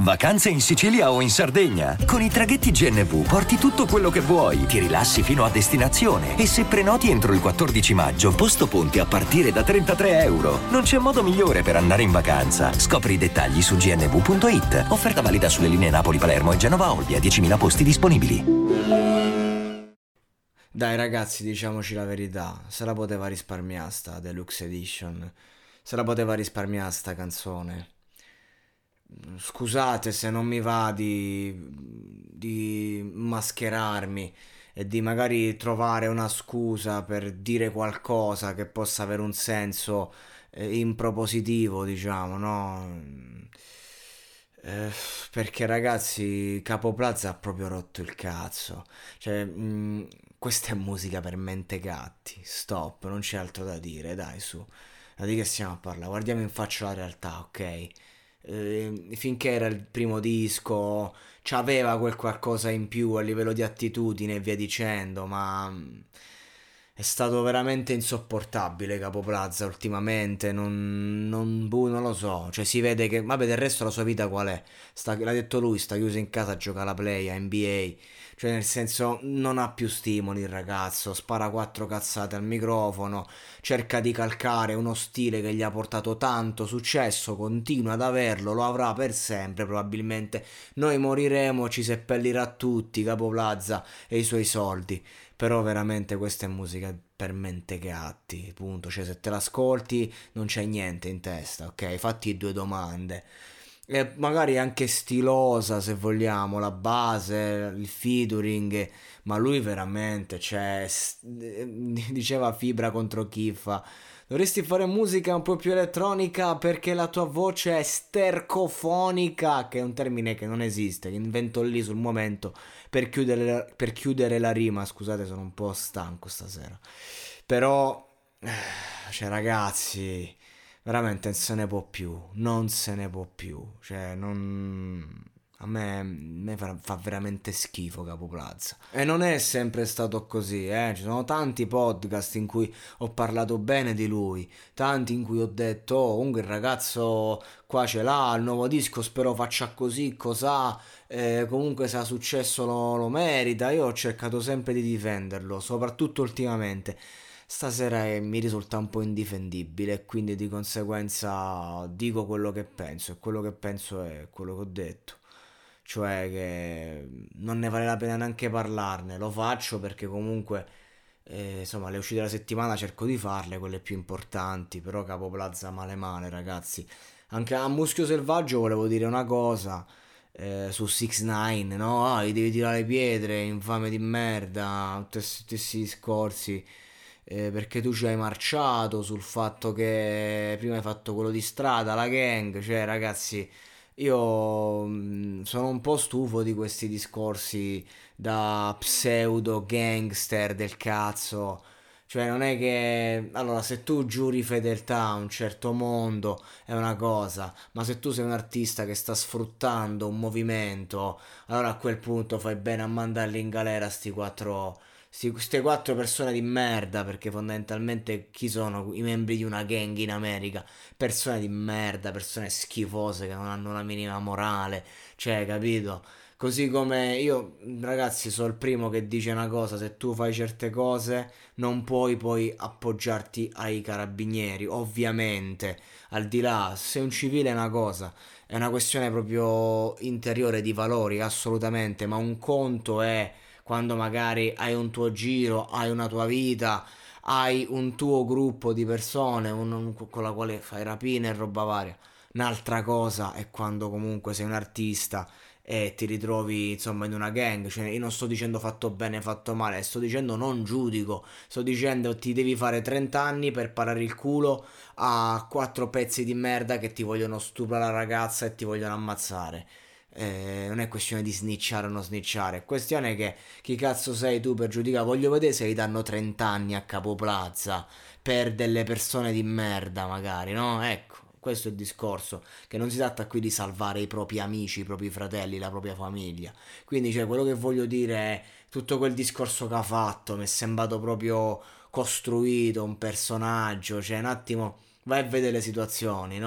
Vacanze in Sicilia o in Sardegna? Con i traghetti GNV porti tutto quello che vuoi, ti rilassi fino a destinazione e se prenoti entro il 14 maggio, posto ponti a partire da €33. Non c'è modo migliore per andare in vacanza. Scopri i dettagli su gnv.it. Offerta valida sulle linee Napoli-Palermo e Genova-Olbia, 10.000 posti disponibili. Dai ragazzi, diciamoci la verità, se la poteva risparmiare sta Deluxe Edition, se la poteva risparmiare sta canzone. Scusate se non mi va di mascherarmi e di magari trovare una scusa per dire qualcosa che possa avere un senso in propositivo, diciamo, no? Eh, Perché ragazzi, Capo Plaza ha proprio rotto il cazzo. Cioè, questa è musica per mentecatti. Stop, non c'è altro da dire, dai, su. Ma di che stiamo a parlare? Guardiamo in faccia la realtà, ok? Finché era il primo disco, c'aveva quel qualcosa in più a livello di attitudine e via dicendo, ma è stato veramente insopportabile Capo Plaza ultimamente, non lo so, cioè si vede che, vabbè del resto la sua vita qual è? L'ha detto lui, sta chiuso in casa a giocare alla Play, a NBA, cioè nel senso non ha più stimoli il ragazzo, spara quattro cazzate al microfono, cerca di calcare uno stile che gli ha portato tanto successo, continua ad averlo, lo avrà per sempre probabilmente. Noi moriremo, ci seppellirà tutti, Capo Plaza e i suoi soldi. Però veramente questa è musica per mentecatti, punto. Cioè se te l'ascolti non c'è niente in testa, ok? Fatti due domande. E magari anche stilosa se vogliamo, la base, il featuring, ma lui veramente, cioè, diceva Fibra contro Kiffa. Dovresti fare musica un po' più elettronica perché la tua voce è stercofonica, che è un termine che non esiste, che invento lì sul momento per chiudere la rima. Scusate, sono un po' stanco stasera. Però, cioè ragazzi, veramente non se ne può più, non se ne può più. Cioè, non... A me fa veramente schifo Capo Plaza. E non è sempre stato così, eh. Ci sono tanti podcast in cui ho parlato bene di lui, tanti in cui ho detto, oh, comunque il ragazzo qua ce l'ha, il nuovo disco spero faccia così, cos'ha, comunque se ha successo lo merita. Io ho cercato sempre di difenderlo, soprattutto ultimamente. Stasera mi risulta un po' indifendibile e quindi di conseguenza dico quello che penso e quello che penso è quello che ho detto. Cioè che non ne vale la pena neanche parlarne, lo faccio perché comunque insomma le uscite della settimana cerco di farle, quelle più importanti, però Capo Plaza male male ragazzi. Anche a Muschio Selvaggio volevo dire una cosa su 6 9 no? Ah, gli devi tirare le pietre, infame di merda, tutti questi discorsi. Perché tu ci hai marciato sul fatto che prima hai fatto quello di strada, la gang, cioè ragazzi, io sono un po' stufo di questi discorsi da pseudo gangster del cazzo. Cioè, non è che... Allora, se tu giuri fedeltà a un certo mondo è una cosa, ma se tu sei un artista che sta sfruttando un movimento, allora a quel punto fai bene a mandarli in galera queste quattro persone di merda, perché fondamentalmente chi sono i membri di una gang in America? Persone di merda, persone schifose che non hanno la minima morale, cioè, capito? Così come io, ragazzi, sono il primo che dice una cosa: se tu fai certe cose non puoi poi appoggiarti ai carabinieri, ovviamente, al di là, se un civile è una cosa, è una questione proprio interiore di valori, assolutamente, ma un conto è quando magari hai un tuo giro, hai una tua vita, hai un tuo gruppo di persone con la quale fai rapine e roba varia. Un'altra cosa è quando comunque sei un artista e ti ritrovi insomma in una gang, cioè io non sto dicendo fatto bene, fatto male, sto dicendo non giudico, sto dicendo ti devi fare 30 anni per parare il culo a quattro pezzi di merda che ti vogliono stuprare la ragazza e ti vogliono ammazzare. Non è questione di snitchare o non snitchare, è questione che chi cazzo sei tu per giudicare? Voglio vedere se gli danno 30 anni a Capo Plaza per delle persone di merda, magari, no? Ecco, questo è il discorso. Che non si tratta qui di salvare i propri amici, i propri fratelli, la propria famiglia. Quindi, cioè, quello che voglio dire è tutto quel discorso che ha fatto mi è sembrato proprio costruito, un personaggio, cioè, un attimo, vai a vedere le situazioni, no?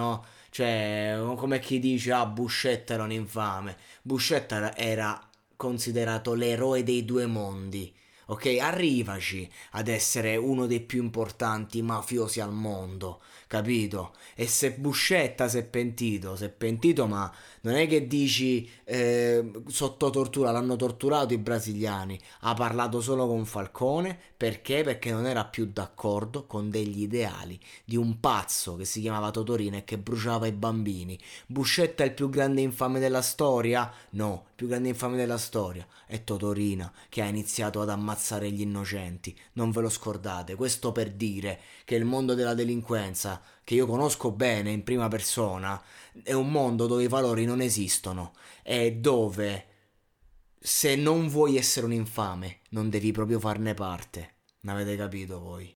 Cioè, come chi dice, ah, Buscetta era un infame. Buscetta era considerato l'eroe dei due mondi. Ok, arrivaci ad essere uno dei più importanti mafiosi al mondo, capito? E se Buscetta si è pentito, ma non è che dici sotto tortura, l'hanno torturato i brasiliani, ha parlato solo con Falcone, perché? Perché non era più d'accordo con degli ideali di un pazzo che si chiamava Totorino e che bruciava i bambini. Buscetta è il più grande infame della storia? No, il più grande infame della storia è Totorina che ha iniziato ad ammazzare gli innocenti. Non ve lo scordate, questo per dire che il mondo della delinquenza, che io conosco bene in prima persona, è un mondo dove i valori non esistono e dove se non vuoi essere un infame non devi proprio farne parte. N'avete capito voi?